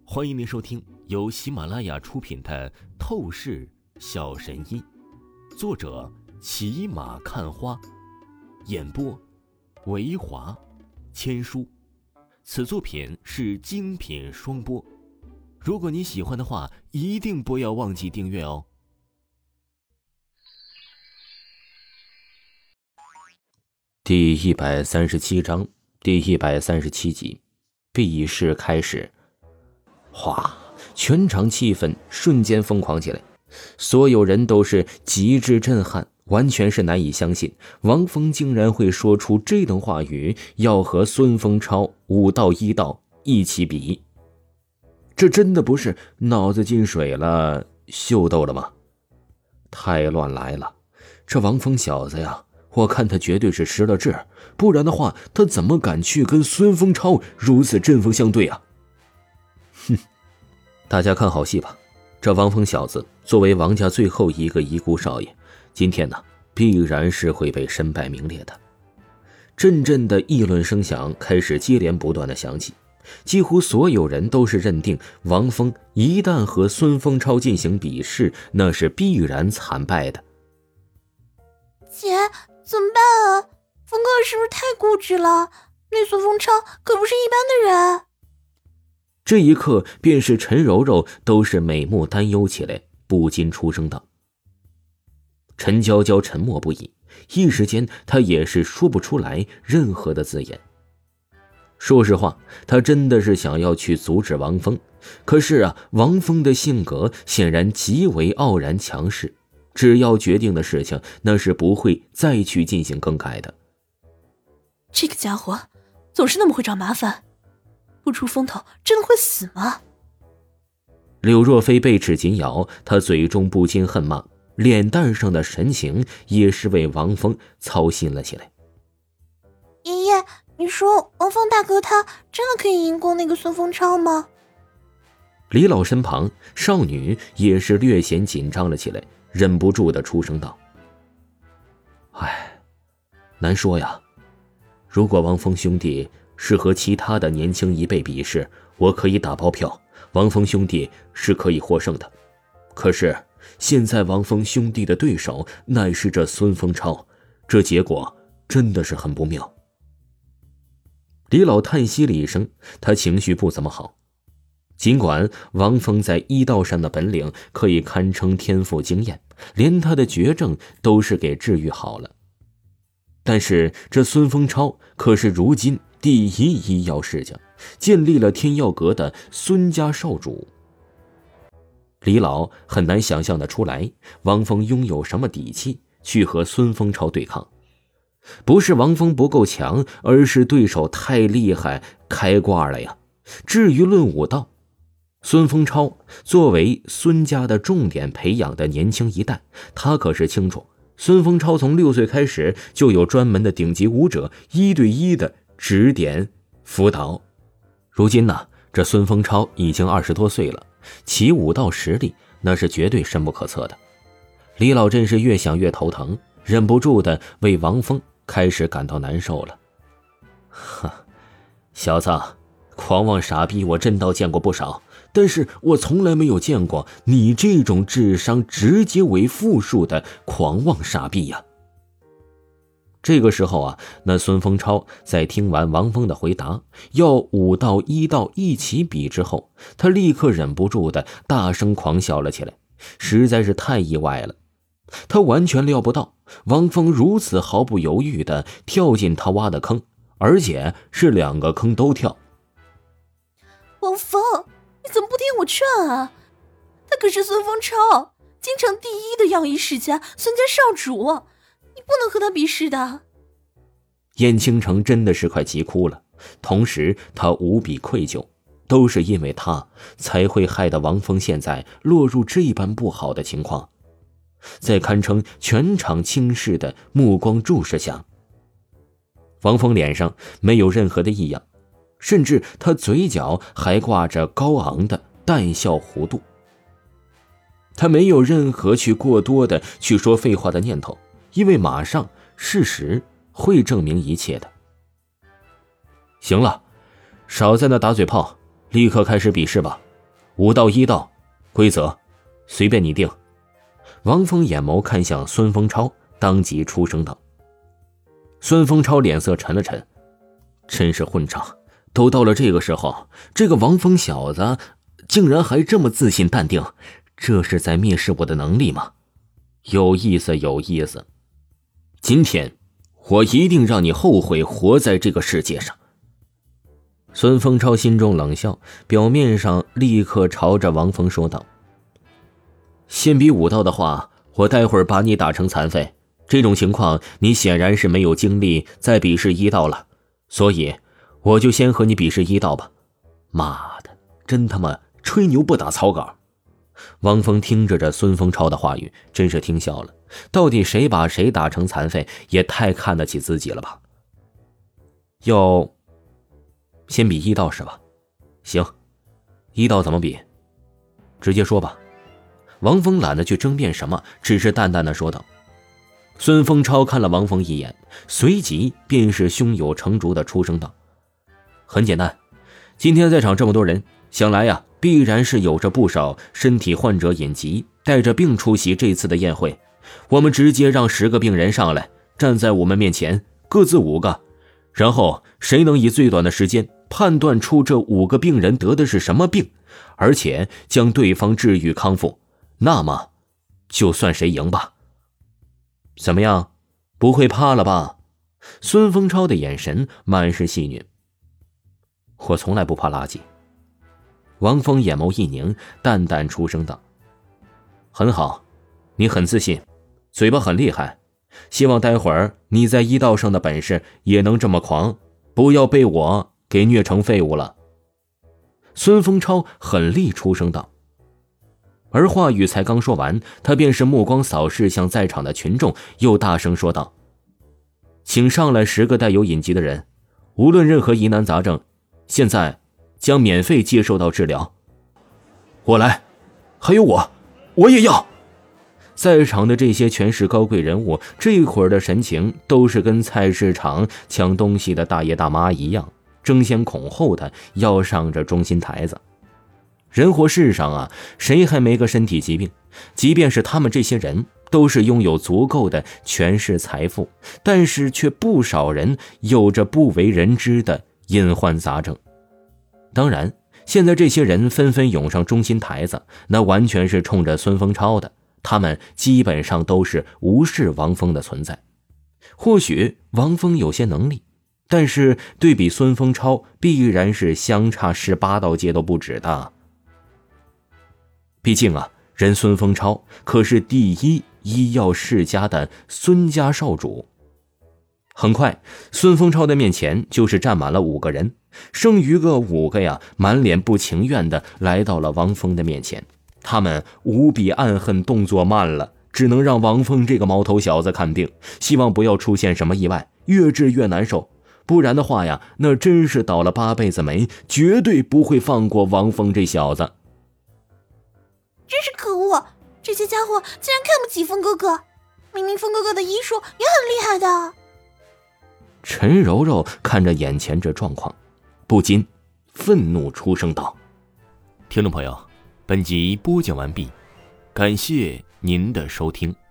欢迎您收听由喜马拉雅出品的《透视小神医》，作者骑马看花，演播维华千书。此作品是精品双播。如果你喜欢的话，一定不要忘记订阅哦。第137章第137集，比试开始。哗！全场气氛瞬间疯狂起来，所有人都是极致震撼，完全是难以相信王峰竟然会说出这等话语，要和孙风超武道一道一起比。这真的不是脑子进水了秀逗了吗？太乱来了，这王峰小子呀，我看他绝对是失了智，不然的话他怎么敢去跟孙风超如此针锋相对啊？哼，大家看好戏吧，这王峰小子作为王家最后一个遗孤少爷，今天呢必然是会被身败名裂的。阵阵的议论声响开始接连不断的响起，几乎所有人都是认定王峰一旦和孙风超进行比试，那是必然惨败的。 姐，怎么办啊？峰哥是不是太固执了？那孙风超可不是一般的人。 这一刻，便是陈柔柔都是美目担忧起来，不禁出声道。陈娇娇沉默不已，一时间她也是说不出来任何的字眼。说实话，她真的是想要去阻止王峰，可是啊，王峰的性格显然极为傲然强势，只要决定的事情，那是不会再去进行更改的。 这个家伙总是那么会找麻烦，不出风头真的会死吗？ 柳若飞被齿紧咬，她嘴中不禁恨骂，脸蛋上的神情也是为王峰操心了起来。 爷爷，你说王峰大哥他真的可以赢过那个孙风超吗？ 李老身旁，少女也是略显紧张了起来，忍不住的出声道：哎，难说呀，如果王峰兄弟是和其他的年轻一辈比试，我可以打包票，王峰兄弟是可以获胜的。可是现在王峰兄弟的对手乃是这孙风超，这结果真的是很不妙。李老叹息了一声，他情绪不怎么好。尽管王峰在医道上的本领可以堪称天赋惊艳，连他的绝症都是给治愈好了，但是这孙风超可是如今第一医药世家，建立了天药阁的孙家少主。李老很难想象得出来，王峰拥有什么底气去和孙风超对抗。不是王峰不够强，而是对手太厉害，开挂了呀。至于论武道，孙风超作为孙家的重点培养的年轻一代，他可是清楚，孙风超从6岁开始就有专门的顶级武者1对1的指点辅导。如今呢，这孙风超已经20多岁了，其武道实力那是绝对深不可测的。李老真是越想越头疼，忍不住的为王峰开始感到难受了。小子，狂妄傻逼我真倒见过不少，但是我从来没有见过你这种智商直接为负数的狂妄傻逼呀。这个时候啊，那孙风超在听完王峰的回答，要武道一道一起比之后，他立刻忍不住的大声狂笑了起来，实在是太意外了。他完全料不到王峰如此毫不犹豫的跳进他挖的坑，而且是2个坑都跳。 王峰，你怎么不听我劝啊？他可是孙风超，京城第一的药医世家，孙家少主，你不能和他比试的。 燕青城真的是快急哭了，同时他无比愧疚，都是因为他才会害得王峰现在落入这般不好的情况。在堪称全场轻视的目光注视下，王峰脸上没有任何的异样，甚至他嘴角还挂着高昂的淡笑弧度。他没有任何去过多的去说废话的念头，因为马上事实会证明一切的。行了，少在那打嘴炮，立刻开始比试吧， 武道一道，规则随便你定。王峰眼眸看向孙丰超，当即出声道。孙丰超脸色沉了沉，真是混账，都到了这个时候，这个王峰小子竟然还这么自信淡定，这是在蔑视我的能力吗？有意思有意思，今天我一定让你后悔活在这个世界上。孙丰超心中冷笑，表面上立刻朝着王峰说道，先比武道的话，我待会儿把你打成残废，这种情况你显然是没有精力再比试一道了，所以我就先和你比试一道吧。妈的，真他妈吹牛不打草稿。王峰听着这孙丰超的话语，真是听笑了，到底谁把谁打成残废，也太看得起自己了吧。要先比一道是吧？行，一道怎么比？直接说吧。王峰懒得去争辩什么，只是淡淡的说道。孙丰超看了王峰一眼，随即便是胸有成竹的出声道，很简单，今天在场这么多人，想来呀，必然是有着不少身体患者隐疾，带着病出席这次的宴会。我们直接让10个病人上来，站在我们面前，各自5个，然后谁能以最短的时间判断出这5个病人得的是什么病，而且将对方治愈康复，那么就算谁赢吧。怎么样，不会怕了吧？孙丰超的眼神满是戏谑。我从来不怕垃圾。王峰眼眸一凝，淡淡出声道，很好，你很自信，嘴巴很厉害，希望待会儿你在一道上的本事也能这么狂，不要被我给虐成废物了。孙丰超狠厉出声道。而话语才刚说完，他便是目光扫视向在场的群众，又大声说道，请上来10个带有隐疾的人，无论任何疑难杂症，现在将免费接受到治疗。我来，还有我也要。在场的这些全是高贵人物，这会儿的神情都是跟菜市场抢东西的大爷大妈一样，争先恐后的要上这中心台子。人活世上啊，谁还没个身体疾病？即便是他们这些人都是拥有足够的权势财富，但是却不少人有着不为人知的隐患杂症。当然，现在这些人纷纷涌上中心台子，那完全是冲着孙丰超的，他们基本上都是无视王峰的存在。或许王峰有些能力，但是对比孙丰超，必然是相差18道街都不止的。毕竟啊，人孙丰超可是第一医药世家的孙家少主。很快，孙丰超的面前就是站满了5个人，剩余个5个呀，满脸不情愿的来到了王峰的面前。他们无比暗恨动作慢了，只能让王峰这个毛头小子看病，希望不要出现什么意外，越治越难受。不然的话呀，那真是倒了8辈子霉，绝对不会放过王峰这小子。 真是可恶，这些家伙竟然看不起峰哥哥，明明峰哥哥的医术也很厉害的。 陈柔柔看着眼前这状况，不禁愤怒出声道。听众朋友，本集播讲完毕，感谢您的收听。